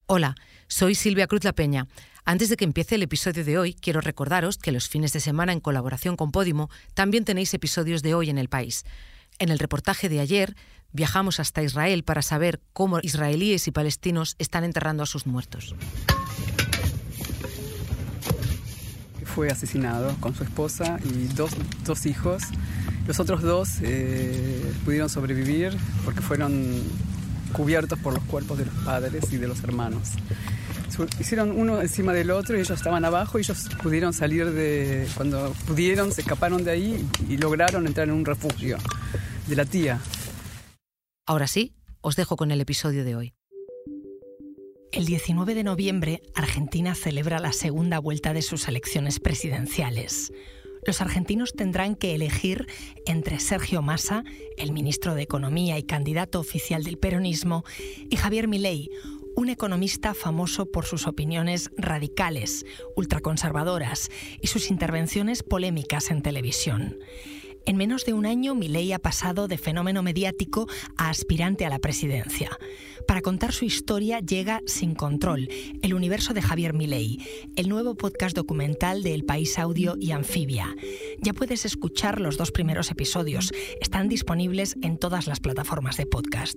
Hola, soy Silvia Cruz La Peña. Antes de que empiece el episodio de hoy, quiero recordaros que los fines de semana, en colaboración con Podimo, también tenéis episodios de Hoy en el País. En el reportaje de ayer, viajamos hasta Israel para saber cómo israelíes y palestinos están enterrando a sus muertos. Fue asesinado con su esposa y dos hijos. Los otros dos pudieron sobrevivir porque fueron cubiertos por los cuerpos de los padres y de los hermanos. Hicieron uno encima del otro y ellos estaban abajo y ellos pudieron salir cuando pudieron, se escaparon de ahí y lograron entrar en un refugio de la tía. Ahora sí, os dejo con el episodio de hoy. El 19 de noviembre, Argentina celebra la segunda vuelta de sus elecciones presidenciales. Los argentinos tendrán que elegir entre Sergio Massa, el ministro de Economía y candidato oficial del peronismo, y Javier Milei, un economista famoso por sus opiniones radicales, ultraconservadoras y sus intervenciones polémicas en televisión. En menos de un año, Milei ha pasado de fenómeno mediático a aspirante a la presidencia. Para contar su historia llega Sin Control, el universo de Javier Milei, el nuevo podcast documental de El País Audio y Anfibia. Ya puedes escuchar los 2 primeros episodios. Están disponibles en todas las plataformas de podcast.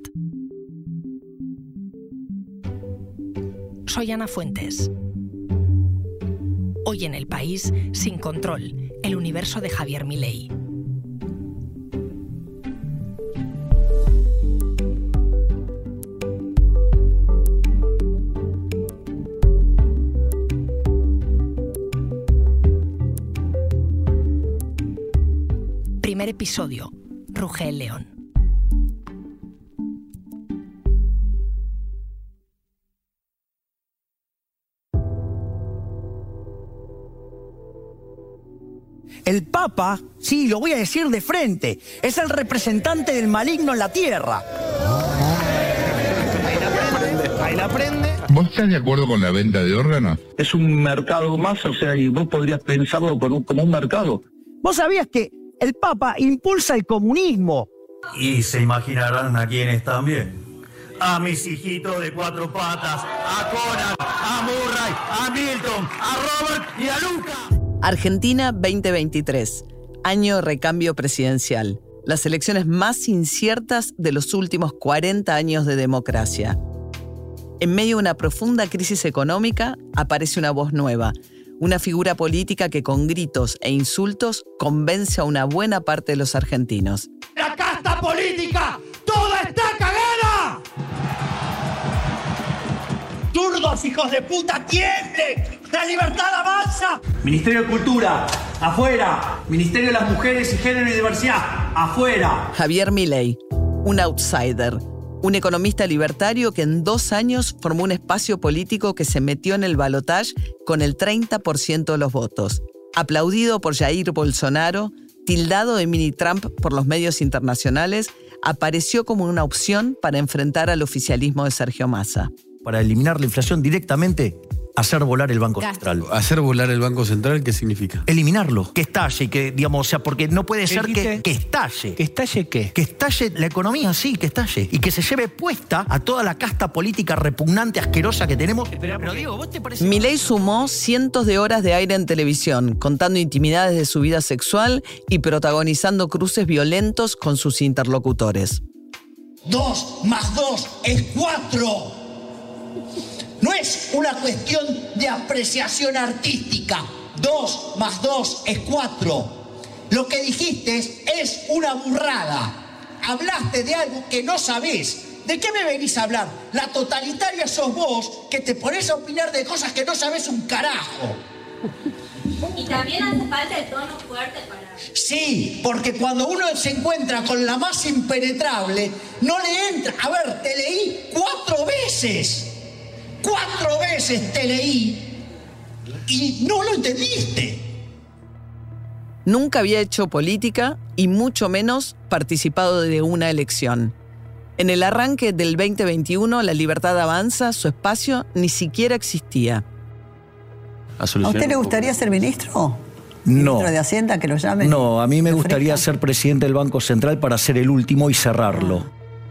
Soy Ana Fuentes. Hoy en El País, Sin Control, el universo de Javier Milei. Primer episodio. Ruge el león. El Papa, sí, lo voy a decir de frente, es el representante del maligno en la tierra. Ahí la prende. ¿Vos estás de acuerdo con la venta de órganos? Es un mercado más, o sea, y vos podrías pensarlo como un mercado. ¿Vos sabías que el Papa impulsa el comunismo? Y se imaginarán a quiénes también. A mis hijitos de 4 patas, a Conan, a Murray, a Milton, a Robert y a Luca. Argentina 2023, año de recambio presidencial. Las elecciones más inciertas de los últimos 40 años de democracia. En medio de una profunda crisis económica, aparece una voz nueva. Una figura política que con gritos e insultos convence a una buena parte de los argentinos. ¡La casta política! ¡Toda está cagada! ¡Zurdos, hijos de puta, tiemblen! ¡La libertad avanza! Ministerio de Cultura, afuera. Ministerio de las Mujeres y Género y Diversidad, afuera. Javier Milei, un outsider. Un economista libertario que en 2 años formó un espacio político que se metió en el balotaje con el 30% de los votos. Aplaudido por Jair Bolsonaro, tildado de mini Trump por los medios internacionales, apareció como una opción para enfrentar al oficialismo de Sergio Massa. Para eliminar la inflación directamente, hacer volar el Banco Central. ¿Hacer volar el Banco Central qué significa? Eliminarlo. Que estalle, que digamos, o sea, porque no puede ser que estalle. ¿Que estalle qué? Que estalle la economía, sí, que estalle. Y que se lleve puesta a toda la casta política repugnante, asquerosa que tenemos. Pero digo, ¿vos te parece? Milei sumó cientos de horas de aire en televisión, contando intimidades de su vida sexual y protagonizando cruces violentos con sus interlocutores. 2 más 2 es 4. No es una cuestión de apreciación artística. 2 más 2 es 4. Lo que dijiste es una burrada. Hablaste de algo que no sabés. ¿De qué me venís a hablar? La totalitaria sos vos, que te ponés a opinar de cosas que no sabés un carajo. Y también hace falta el tono fuerte para... Sí, porque cuando uno se encuentra con la más impenetrable, no le entra... A ver, te leí 4 veces. 4 veces te leí y no lo entendiste. Nunca había hecho política y mucho menos participado de una elección. En el arranque del 2021, La Libertad Avanza, su espacio ni siquiera existía. ¿A usted le gustaría ser ministro? No. ¿Ministro de Hacienda, que lo llamen? No, a mí me gustaría ser presidente del Banco Central para ser el último y cerrarlo.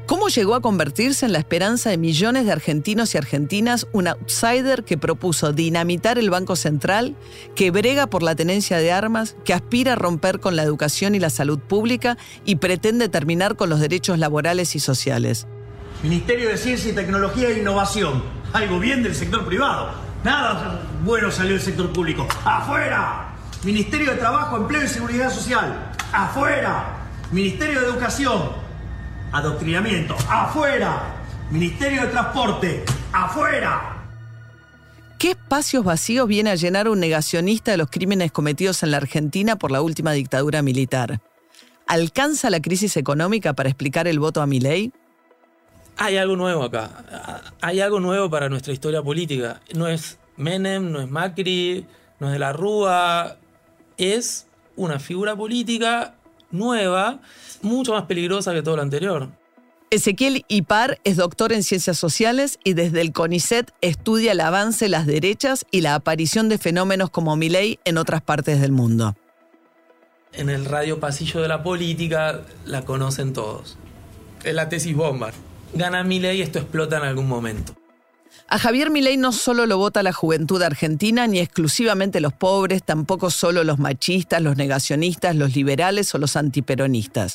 ¿Cómo llegó a convertirse en la esperanza de millones de argentinos y argentinas, un outsider que propuso dinamitar el Banco Central, que brega por la tenencia de armas, que aspira a romper con la educación y la salud pública y pretende terminar con los derechos laborales y sociales? Ministerio de Ciencia y Tecnología e Innovación. Algo bien del sector privado. Nada bueno salió del sector público. ¡Afuera! Ministerio de Trabajo, Empleo y Seguridad Social. ¡Afuera! Ministerio de Educación. Adoctrinamiento. ¡Afuera! Ministerio de Transporte. ¡Afuera! ¿Qué espacios vacíos viene a llenar un negacionista de los crímenes cometidos en la Argentina por la última dictadura militar? ¿Alcanza la crisis económica para explicar el voto a Milei? Hay algo nuevo acá. Hay algo nuevo para nuestra historia política. No es Menem, no es Macri, no es de la Rúa. Es una figura política nueva, mucho más peligrosa que todo lo anterior. Ezequiel Ipar es doctor en Ciencias Sociales y desde el CONICET estudia el avance de las derechas y la aparición de fenómenos como Milei en otras partes del mundo. En el radio pasillo de la política la conocen todos. Es la tesis bomba. Gana Milei y esto explota en algún momento. A Javier Milei no solo lo vota la juventud argentina, ni exclusivamente los pobres, tampoco solo los machistas, los negacionistas, los liberales o los antiperonistas.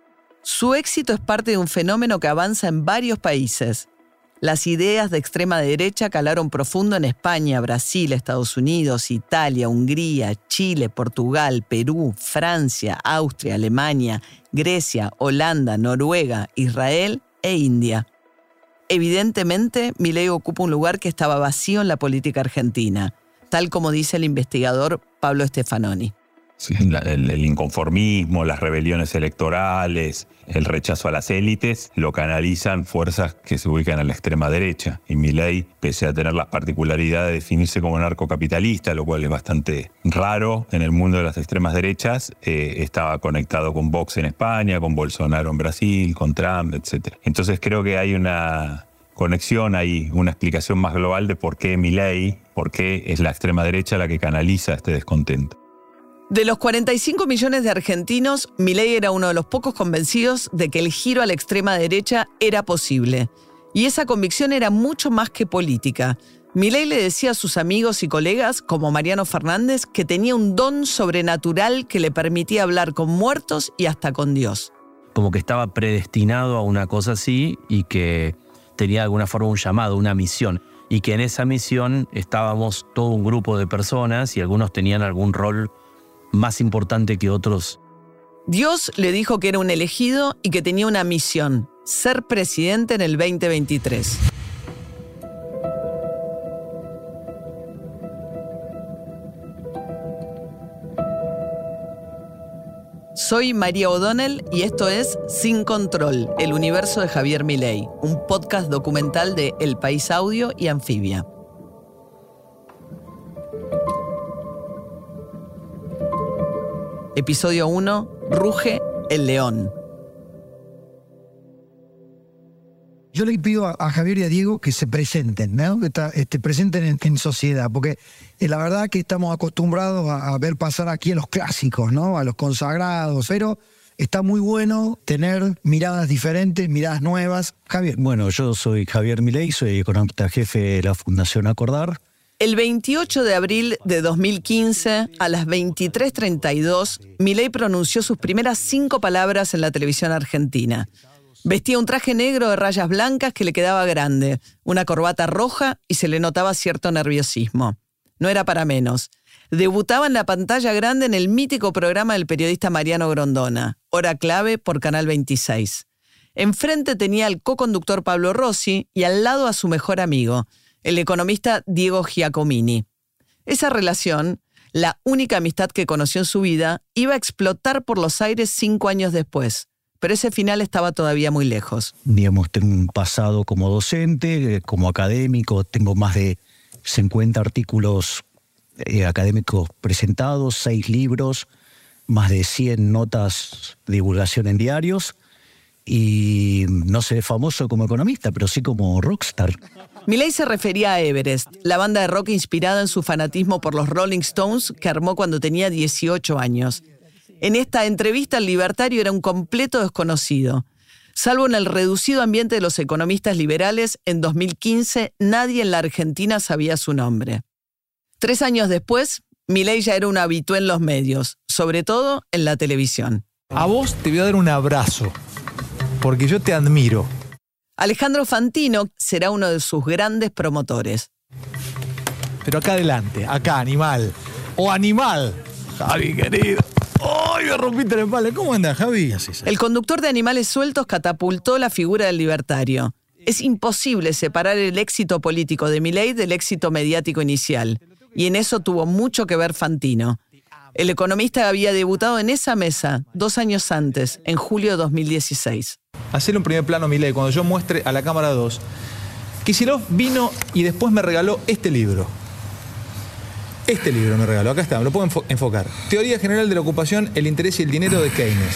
Su éxito es parte de un fenómeno que avanza en varios países. Las ideas de extrema derecha calaron profundo en España, Brasil, Estados Unidos, Italia, Hungría, Chile, Portugal, Perú, Francia, Austria, Alemania, Grecia, Holanda, Noruega, Israel e India. Evidentemente, Milei ocupa un lugar que estaba vacío en la política argentina, tal como dice el investigador Pablo Stefanoni. Sí, el inconformismo, las rebeliones electorales, el rechazo a las élites, lo canalizan fuerzas que se ubican a la extrema derecha. Y Milei, pese a tener las particularidades de definirse como narcocapitalista, lo cual es bastante raro en el mundo de las extremas derechas, estaba conectado con Vox en España, con Bolsonaro en Brasil, con Trump, etc. Entonces creo que hay una conexión, hay una explicación más global de por qué Milei, por qué es la extrema derecha la que canaliza este descontento. De los 45 millones de argentinos, Milei era uno de los pocos convencidos de que el giro a la extrema derecha era posible. Y esa convicción era mucho más que política. Milei le decía a sus amigos y colegas, como Mariano Fernández, que tenía un don sobrenatural que le permitía hablar con muertos y hasta con Dios. Como que estaba predestinado a una cosa así y que tenía de alguna forma un llamado, una misión. Y que en esa misión estábamos todo un grupo de personas y algunos tenían algún rol más importante que otros. Dios le dijo que era un elegido y que tenía una misión: ser presidente en el 2023. Soy María O'Donnell y esto es Sin Control, el universo de Javier Milei, un podcast documental de El País Audio y Anfibia. Episodio 1, Ruge el león. Yo le pido a Javier y a Diego que se presenten, ¿no? Que presenten en sociedad, porque la verdad que estamos acostumbrados a ver pasar aquí a los clásicos, ¿no? A los consagrados, pero está muy bueno tener miradas diferentes, miradas nuevas. Javier. Bueno, yo soy Javier Milei, soy economista jefe de la Fundación Acordar. El 28 de abril de 2015, a las 23:32, Milei pronunció sus primeras 5 palabras en la televisión argentina. Vestía un traje negro de rayas blancas que le quedaba grande, una corbata roja y se le notaba cierto nerviosismo. No era para menos. Debutaba en la pantalla grande en el mítico programa del periodista Mariano Grondona, Hora Clave por Canal 26. Enfrente tenía al coconductor Pablo Rossi y al lado a su mejor amigo, el economista Diego Giacomini. Esa relación, la única amistad que conoció en su vida, iba a explotar por los aires 5 años después. Pero ese final estaba todavía muy lejos. Digamos, tengo un pasado como docente, como académico, tengo más de 50 artículos académicos presentados, 6 libros, más de 100 notas de divulgación en diarios, y no seré famoso como economista, pero sí como rockstar. Milei se refería a Everest, la banda de rock inspirada en su fanatismo por los Rolling Stones que armó cuando tenía 18 años. En esta entrevista, el libertario era un completo desconocido. Salvo en el reducido ambiente de los economistas liberales, en 2015 nadie en la Argentina sabía su nombre. 3 años después, Milei ya era un habitué en los medios, sobre todo en la televisión. A vos te voy a dar un abrazo, porque yo te admiro. Alejandro Fantino será uno de sus grandes promotores. Pero acá adelante, acá, animal. ¡Oh, animal! Javi, querido. ¡Ay, me rompiste la espalda! ¿Cómo anda, Javi? El conductor de Animales Sueltos catapultó la figura del libertario. Es imposible separar el éxito político de Milei del éxito mediático inicial. Y en eso tuvo mucho que ver Fantino. El economista había debutado en esa mesa 2 años antes, en julio de 2016. Hacer un primer plano, Milei, cuando yo muestre a la cámara 2. Kicillof vino y después me regaló este libro. Este libro me regaló, acá está, me lo puedo enfocar. Teoría General de la Ocupación, el interés y el dinero de Keynes.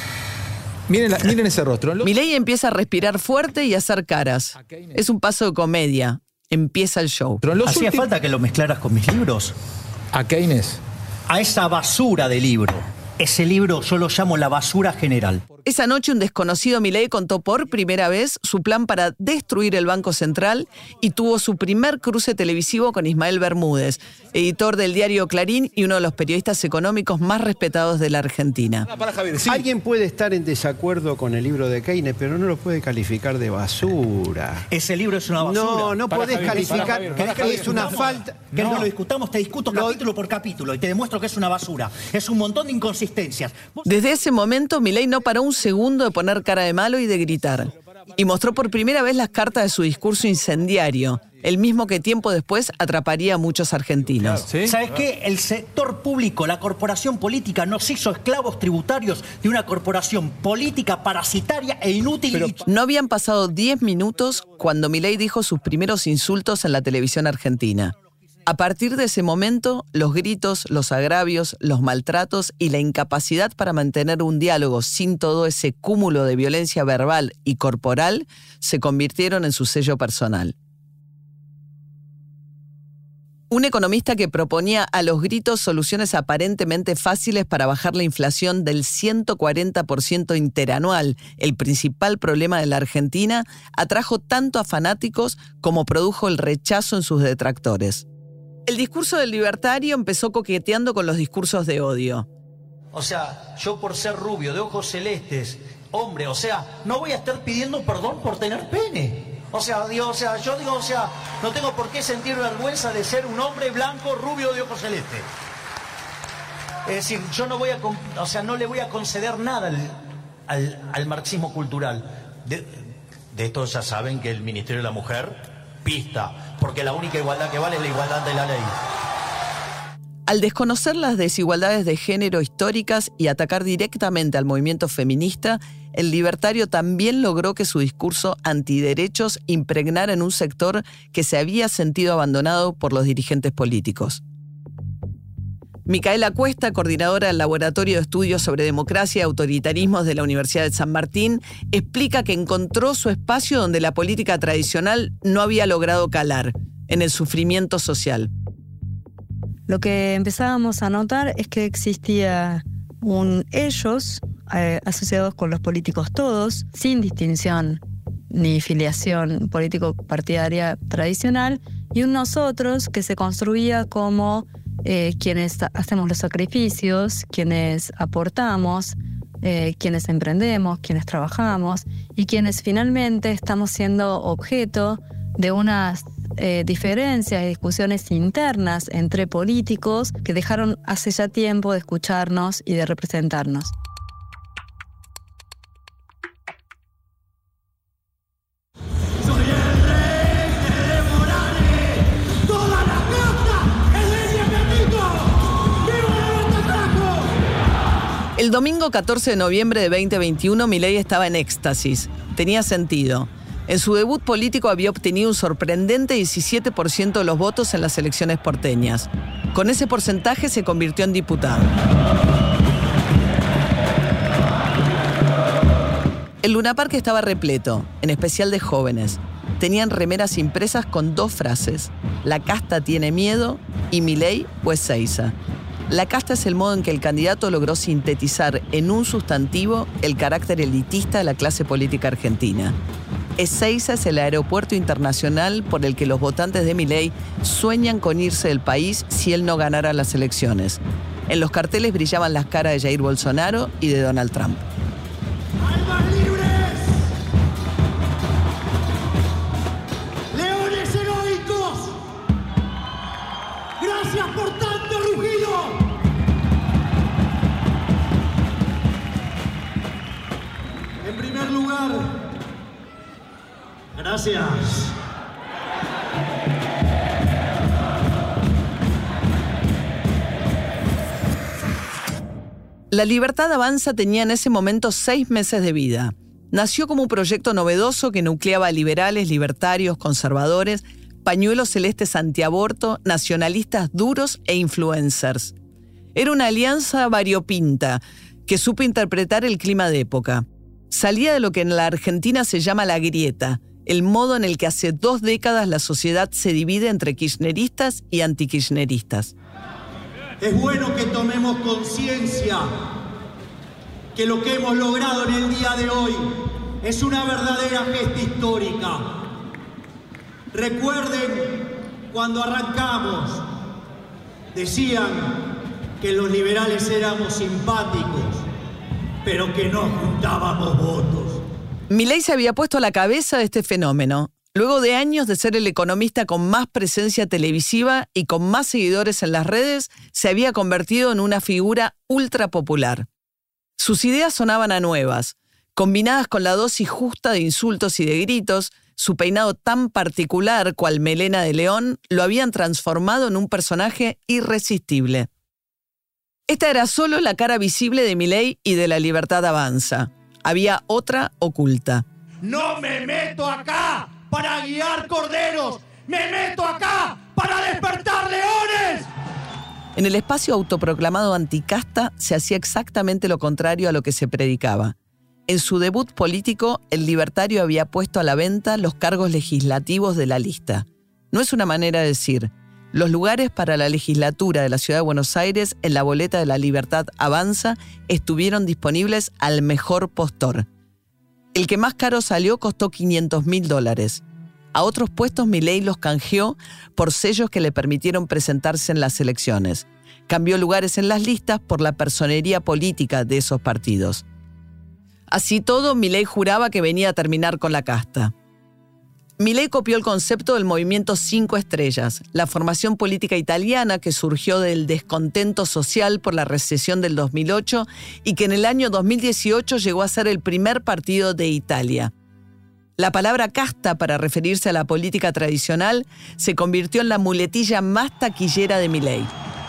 Miren ese rostro. Milei empieza a respirar fuerte y a hacer caras. Es un paso de comedia. Empieza el show. ¿Hacía falta que lo mezclaras con mis libros? ¿A Keynes? A esa basura de libro. Ese libro yo lo llamo la basura general. Esa noche un desconocido Milei contó por primera vez su plan para destruir el Banco Central y tuvo su primer cruce televisivo con Ismael Bermúdez, editor del diario Clarín y uno de los periodistas económicos más respetados de la Argentina. Alguien puede estar en desacuerdo con el libro de Keynes, pero no lo puede calificar de basura. Ese libro es una basura. No podés calificar, es una falta. ¿Querés que lo discutamos? Te discuto capítulo por capítulo y te demuestro que es una basura. Es un montón de inconsistencias. Desde ese momento, Milei no paró un segundo de poner cara de malo y de gritar. Y mostró por primera vez las cartas de su discurso incendiario, el mismo que tiempo después atraparía a muchos argentinos. ¿Sí? ¿Sabes qué? El sector público, la corporación política, nos hizo esclavos tributarios de una corporación política parasitaria e inútil. No habían pasado 10 minutos cuando Milei dijo sus primeros insultos en la televisión argentina. A partir de ese momento, los gritos, los agravios, los maltratos y la incapacidad para mantener un diálogo sin todo ese cúmulo de violencia verbal y corporal se convirtieron en su sello personal. Un economista que proponía a los gritos soluciones aparentemente fáciles para bajar la inflación del 140% interanual, el principal problema de la Argentina, atrajo tanto a fanáticos como produjo el rechazo en sus detractores. El discurso del libertario empezó coqueteando con los discursos de odio. O sea, yo por ser rubio, de ojos celestes, hombre, o sea, no voy a estar pidiendo perdón por tener pene. O sea, no tengo por qué sentir vergüenza de ser un hombre blanco, rubio, de ojos celestes. Es decir, yo no le voy a conceder nada al marxismo cultural. De esto ya saben que el Ministerio de la Mujer pista, porque la única igualdad que vale es la igualdad de la ley. Al desconocer las desigualdades de género históricas y atacar directamente al movimiento feminista, el libertario también logró que su discurso antiderechos impregnara en un sector que se había sentido abandonado por los dirigentes políticos. Micaela Cuesta, coordinadora del Laboratorio de Estudios sobre Democracia y Autoritarismos de la Universidad de San Martín, explica que encontró su espacio donde la política tradicional no había logrado calar, en el sufrimiento social. Lo que empezábamos a notar es que existía un ellos asociados con los políticos todos, sin distinción ni filiación político-partidaria tradicional, y un nosotros que se construía como quienes hacemos los sacrificios, quienes aportamos, quienes emprendemos, quienes trabajamos y quienes finalmente estamos siendo objeto de unas diferencias y discusiones internas entre políticos que dejaron hace ya tiempo de escucharnos y de representarnos. El domingo 14 de noviembre de 2021, Milei estaba en éxtasis. Tenía sentido. En su debut político había obtenido un sorprendente 17% de los votos en las elecciones porteñas. Con ese porcentaje se convirtió en diputado. El lunaparque estaba repleto, en especial de jóvenes. Tenían remeras impresas con 2 frases: la casta tiene miedo y Milei pues Seiza. La casta es el modo en que el candidato logró sintetizar en un sustantivo el carácter elitista de la clase política argentina. Ezeiza es el aeropuerto internacional por el que los votantes de Milei sueñan con irse del país si él no ganara las elecciones. En los carteles brillaban las caras de Jair Bolsonaro y de Donald Trump. ¡Almas libres! ¡Leones heroicos! ¡Gracias por tanto rugido! En primer lugar, gracias. La Libertad Avanza tenía en ese momento 6 meses de vida. Nació como un proyecto novedoso que nucleaba a liberales, libertarios, conservadores, pañuelos celestes antiaborto, nacionalistas duros e influencers. Era una alianza variopinta que supo interpretar el clima de época. Salía de lo que en la Argentina se llama la grieta, el modo en el que hace 2 décadas la sociedad se divide entre kirchneristas y antikirchneristas. Es bueno que tomemos conciencia que lo que hemos logrado en el día de hoy es una verdadera gesta histórica. Recuerden cuando arrancamos, decían que los liberales éramos simpáticos, pero que no juntábamos votos. Milei se había puesto a la cabeza de este fenómeno. Luego de años de ser el economista con más presencia televisiva y con más seguidores en las redes, se había convertido en una figura ultra popular. Sus ideas sonaban a nuevas, combinadas con la dosis justa de insultos y de gritos. Su peinado tan particular, cual melena de león, lo habían transformado en un personaje irresistible. Esta era solo la cara visible de Milei y de la Libertad Avanza. Había otra oculta. ¡No me meto acá para guiar corderos! ¡Me meto acá para despertar leones! En el espacio autoproclamado anticasta se hacía exactamente lo contrario a lo que se predicaba. En su debut político, el libertario había puesto a la venta los cargos legislativos de la lista. No es una manera de decir. Los lugares para la legislatura de la Ciudad de Buenos Aires en la boleta de la Libertad Avanza estuvieron disponibles al mejor postor. El que más caro salió costó $500.000. A otros puestos Milei los canjeó por sellos que le permitieron presentarse en las elecciones. Cambió lugares en las listas por la personería política de esos partidos. Así todo, Milei juraba que venía a terminar con la casta. Milei copió el concepto del movimiento 5 estrellas, la formación política italiana que surgió del descontento social por la recesión del 2008 y que en el año 2018 llegó a ser el primer partido de Italia. La palabra casta, para referirse a la política tradicional, se convirtió en la muletilla más taquillera de Milei.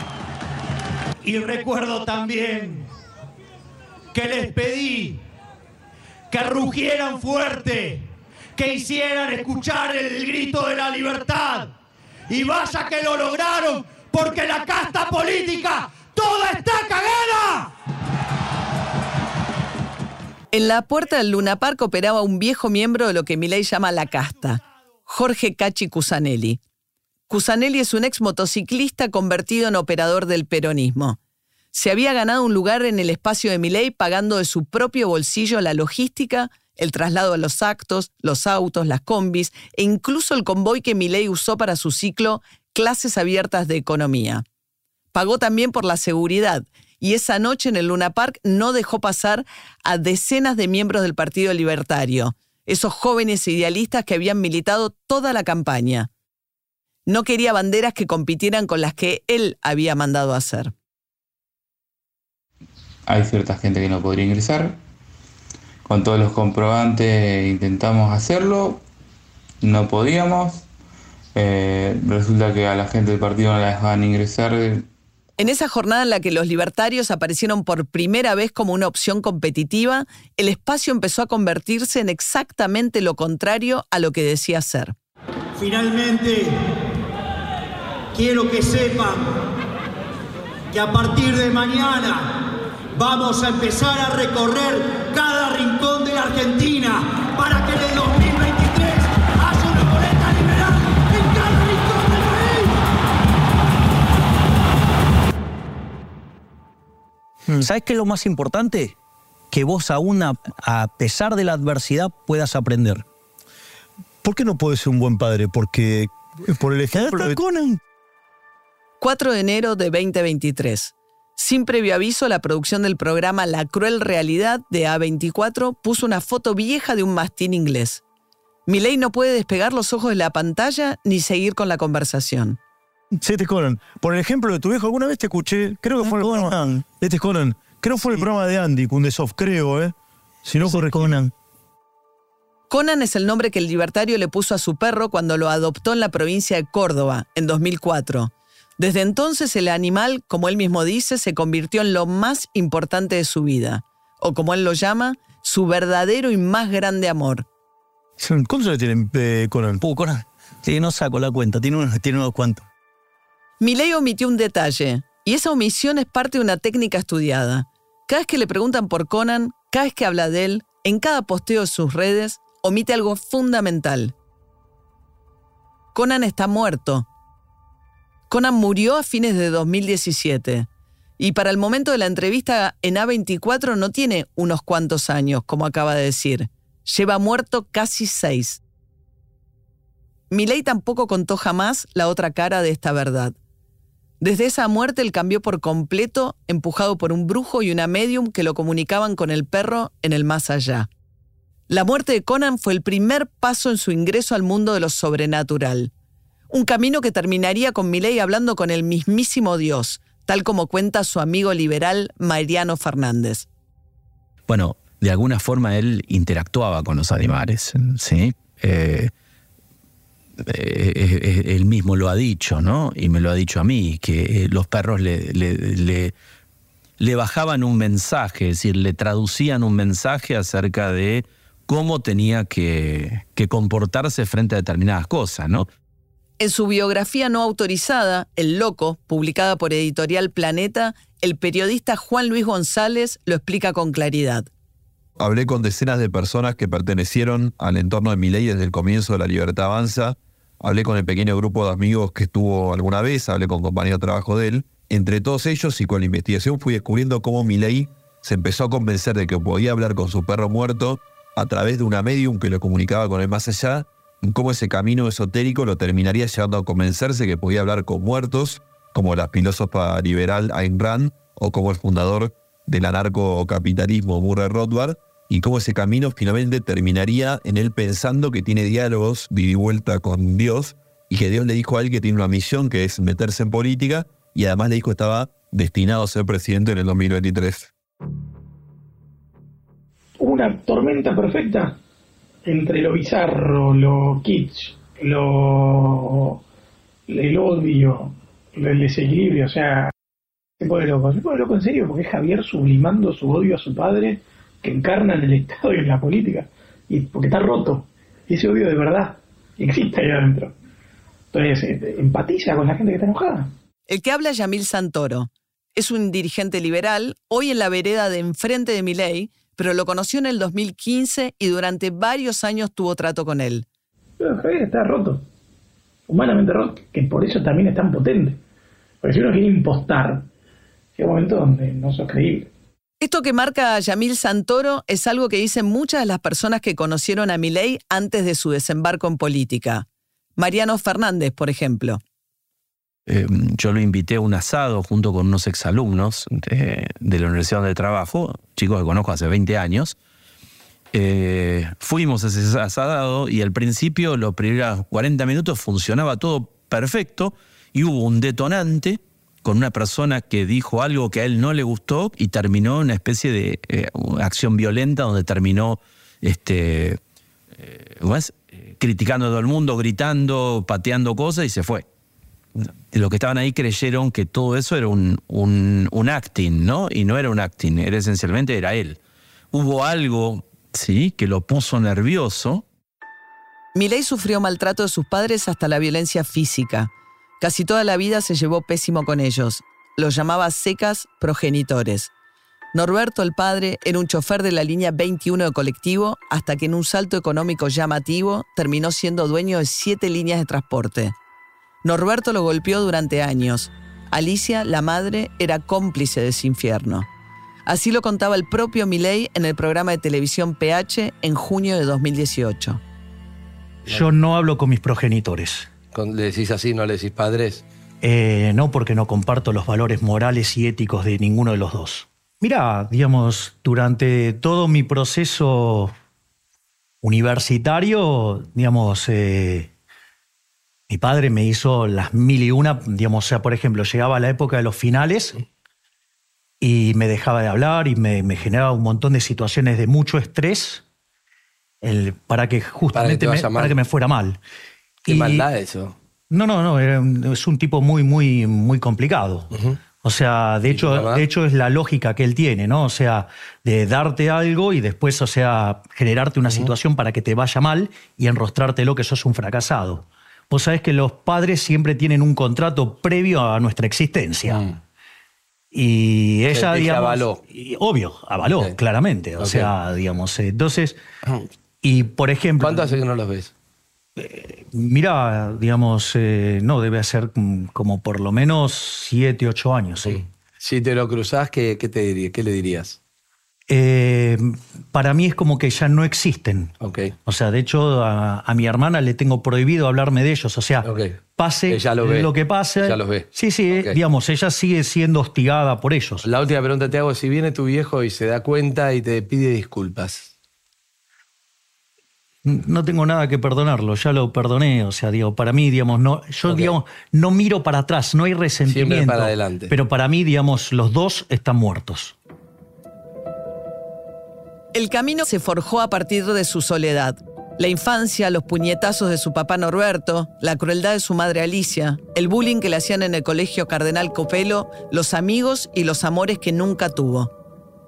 Y recuerdo también que les pedí que rugieran fuerte, que hicieran escuchar el grito de la libertad. Y vaya que lo lograron, porque la casta política toda está cagada. En la puerta del Luna Park operaba un viejo miembro de lo que Milei llama la casta, Jorge Cachi Cusanelli. Cusanelli es un ex motociclista convertido en operador del peronismo. Se había ganado un lugar en el espacio de Milei pagando de su propio bolsillo la logística, el traslado a los actos, los autos, las combis e incluso el convoy que Milei usó para su ciclo Clases Abiertas de Economía. Pagó también por la seguridad y esa noche en el Luna Park no dejó pasar a decenas de miembros del Partido Libertario, esos jóvenes idealistas que habían militado toda la campaña. No quería banderas que compitieran con las que él había mandado a hacer. Hay cierta gente que no podría ingresar. Con todos los comprobantes intentamos hacerlo, no podíamos. Resulta que a la gente del partido no la dejaban ingresar. En esa jornada en la que los libertarios aparecieron por primera vez como una opción competitiva, el espacio empezó a convertirse en exactamente lo contrario a lo que decía ser. Finalmente, quiero que sepan que a partir de mañana vamos a empezar a recorrer cada rincón de la Argentina para que en el 2023 haya una boleta liberal en cada rincón del país. ¿Sabes qué es lo más importante? Que vos aún, a pesar de la adversidad, puedas aprender. ¿Por qué no puedes ser un buen padre? Porque por el ejemplo de Conan. 4 de enero de 2023. Sin previo aviso, la producción del programa La Cruel Realidad de A24 puso una foto vieja de un mastín inglés. Milei no puede despegar los ojos de la pantalla ni seguir con la conversación. Conan, por el ejemplo de tu viejo, alguna vez te escuché, creo que fue el programa. Conan, creo que fue el programa de Andy Kundesov, creo, Si no corre Conan. Conan es el nombre que el libertario le puso a su perro cuando lo adoptó en la provincia de Córdoba, en 2004. Desde entonces el animal, como él mismo dice, se convirtió en lo más importante de su vida. O como él lo llama, su verdadero y más grande amor. ¿Cuántos le tienen Conan? Conan. Sí, no saco la cuenta, tiene unos cuantos. Milei omitió un detalle, y esa omisión es parte de una técnica estudiada. Cada vez que le preguntan por Conan, cada vez que habla de él, en cada posteo de sus redes, omite algo fundamental. Conan está muerto. Conan murió a fines de 2017. Y para el momento de la entrevista en A24 no tiene unos cuantos años, como acaba de decir. Lleva muerto casi 6. Milei tampoco contó jamás la otra cara de esta verdad. Desde esa muerte él cambió por completo, empujado por un brujo y una medium que lo comunicaban con el perro en el más allá. La muerte de Conan fue el primer paso en su ingreso al mundo de lo sobrenatural. Un camino que terminaría con Milei hablando con el mismísimo Dios, tal como cuenta su amigo liberal Mariano Fernández. Bueno, de alguna forma él interactuaba con los animales, ¿sí? Él mismo lo ha dicho, ¿no? Y me lo ha dicho a mí, que los perros le bajaban un mensaje, es decir, le traducían un mensaje acerca de cómo tenía que comportarse frente a determinadas cosas, ¿no? En su biografía no autorizada, El Loco, publicada por Editorial Planeta, el periodista Juan Luis González lo explica con claridad. Hablé con decenas de personas que pertenecieron al entorno de Milei desde el comienzo de La Libertad Avanza. Hablé con el pequeño grupo de amigos que estuvo alguna vez, hablé con compañeros de trabajo de él. Entre todos ellos y con la investigación fui descubriendo cómo Milei se empezó a convencer de que podía hablar con su perro muerto a través de una medium que lo comunicaba con el más allá, y cómo ese camino esotérico lo terminaría llevando a convencerse que podía hablar con muertos, como la filósofa liberal Ayn Rand o como el fundador del anarcocapitalismo Murray Rothbard, y cómo ese camino finalmente terminaría en él pensando que tiene diálogos de ida y vuelta con Dios y que Dios le dijo a él que tiene una misión que es meterse en política y además le dijo que estaba destinado a ser presidente en el 2023. Una tormenta perfecta entre lo bizarro, lo kitsch, el odio, el desequilibrio, o sea, se pone loco en serio porque es Javier sublimando su odio a su padre que encarna en el Estado y en la política, y porque está roto, y ese odio de verdad existe ahí adentro. Entonces, empatiza con la gente que está enojada. El que habla es Yamil Santoro. Es un dirigente liberal, hoy en la vereda de enfrente de Milei, pero lo conoció en el 2015 y durante varios años tuvo trato con él. Pero Javier está roto, humanamente roto, que por eso también es tan potente. Porque si uno quiere impostar, llega un momento donde no sos creíble. Esto que marca a Yamil Santoro es algo que dicen muchas de las personas que conocieron a Milei antes de su desembarco en política. Mariano Fernández, por ejemplo. Yo lo invité a un asado junto con unos exalumnos de la Universidad donde trabajo, chicos que conozco hace 20 años. Fuimos a ese asado y al principio, los primeros 40 minutos, funcionaba todo perfecto y hubo un detonante con una persona que dijo algo que a él no le gustó y terminó en una especie de acción violenta donde terminó criticando a todo el mundo, gritando, pateando cosas y se fue. Los que estaban ahí creyeron que todo eso era un acting, ¿no? Y no era un acting, esencialmente era él. Hubo algo, sí, que lo puso nervioso. Milei sufrió maltrato de sus padres hasta la violencia física. Casi toda la vida se llevó pésimo con ellos. Los llamaba secas progenitores. Norberto, el padre, era un chofer de la línea 21 de colectivo hasta que en un salto económico llamativo terminó siendo dueño de 7 líneas de transporte. Norberto lo golpeó durante años. Alicia, la madre, era cómplice de ese infierno. Así lo contaba el propio Milei en el programa de televisión PH en junio de 2018. Yo no hablo con mis progenitores. ¿Le decís así, no le decís padres? No, porque no comparto los valores morales y éticos de ninguno de los dos. Mirá, digamos, durante todo mi proceso universitario, digamos, mi padre me hizo las mil y una, digamos, o sea, por ejemplo, llegaba la época de los finales y me dejaba de hablar y me generaba un montón de situaciones de mucho estrés para que justamente para que me fuera mal. Qué maldad eso. No, es un tipo muy, muy, muy complicado. O sea, de hecho es la lógica que él tiene, ¿no? O sea, de darte algo y después, o sea, generarte una situación para que te vaya mal y enrostrártelo que sos un fracasado. Vos sabés que los padres siempre tienen un contrato previo a nuestra existencia. Y ella, digamos... avaló. Obvio, avaló, claramente. O sea, digamos, entonces... Y, por ejemplo... ¿Cuánto hace que no los ves? Mirá, digamos, no, debe ser como por lo menos 7, 8 años. Sí. Si te lo cruzás, ¿qué le dirías? Para mí es como que ya no existen. O sea, de hecho, a mi hermana le tengo prohibido hablarme de ellos. O sea, pase lo que pase. Ella los ve. Sí, digamos, ella sigue siendo hostigada por ellos. La última pregunta te hago, si viene tu viejo y se da cuenta y te pide disculpas. No tengo nada que perdonarlo, ya lo perdoné, o sea, digo, para mí, digamos, no, yo digamos, no miro para atrás, no hay resentimiento. Siempre para adelante. Pero para mí, digamos, los dos están muertos. El camino se forjó a partir de su soledad. La infancia, los puñetazos de su papá Norberto, la crueldad de su madre Alicia, el bullying que le hacían en el colegio Cardenal Copelo, los amigos y los amores que nunca tuvo.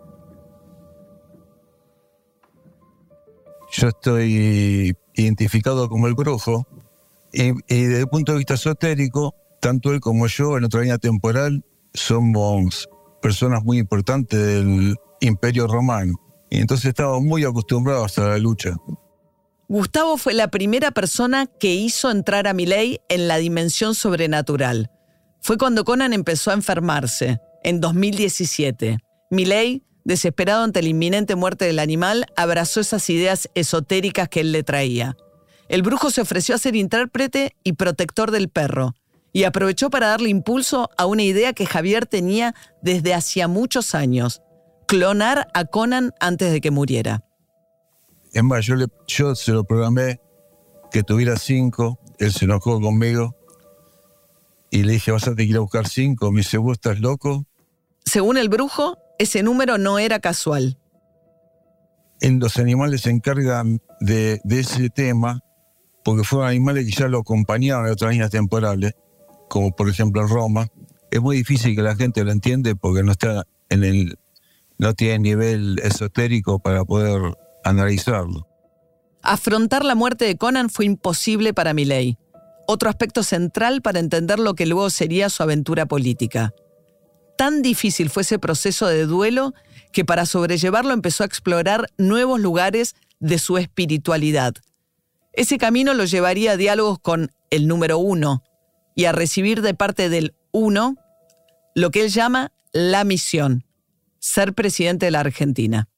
Yo estoy identificado como el brujo y desde el punto de vista esotérico, tanto él como yo en otra línea temporal somos personas muy importantes del Imperio Romano y entonces estamos muy acostumbrados a la lucha. Gustavo fue la primera persona que hizo entrar a Milei en la dimensión sobrenatural. Fue cuando Conan empezó a enfermarse, en 2017. Milei, desesperado ante la inminente muerte del animal, abrazó esas ideas esotéricas que él le traía. El brujo se ofreció a ser intérprete y protector del perro, y aprovechó para darle impulso a una idea que Javier tenía desde hacía muchos años: clonar a Conan antes de que muriera. Es más, yo se lo programé que tuviera 5, él se enojó conmigo, y le dije, vas a tener que ir a buscar 5, me dice, ¿vos estás loco? Según el brujo, ese número no era casual. Los animales se encargan de ese tema porque fueron animales que ya lo acompañaban en otras líneas temporales, como por ejemplo en Roma. Es muy difícil que la gente lo entienda porque no está no tiene nivel esotérico para poder analizarlo. Afrontar la muerte de Conan fue imposible para Milei. Otro aspecto central para entender lo que luego sería su aventura política. Tan difícil fue ese proceso de duelo que para sobrellevarlo empezó a explorar nuevos lugares de su espiritualidad. Ese camino lo llevaría a diálogos con el número 1 y a recibir de parte del 1 lo que él llama la misión: ser presidente de la Argentina.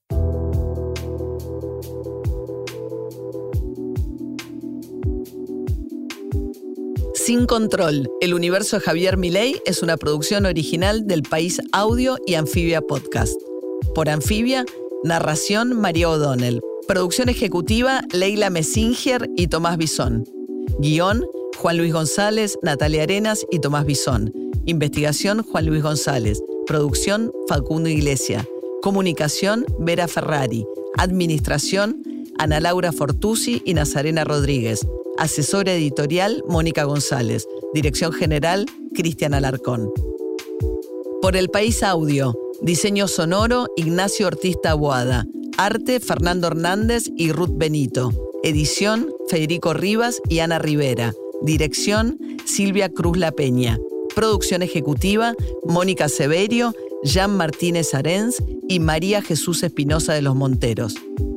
Sin Control, el universo de Javier Milei es una producción original del País Audio y Anfibia Podcast. Por Anfibia, narración María O'Donnell. Producción ejecutiva Leila Messinger y Tomás Bisón. Guión Juan Luis González, Natalia Arenas y Tomás Bisón. Investigación Juan Luis González. Producción Facundo Iglesia. Comunicación Vera Ferrari. Administración Ana Laura Fortusi y Nazarena Rodríguez. Asesora editorial Mónica González. Dirección general Cristian Alarcón. Por El País Audio. Diseño sonoro Ignacio Ortiz Taboada. Arte Fernando Hernández y Ruth Benito. Edición Federico Rivas y Ana Rivera. Dirección Silvia Cruz La Peña. Producción ejecutiva Mónica Severio, Jan Martínez Arens y María Jesús Espinosa de los Monteros.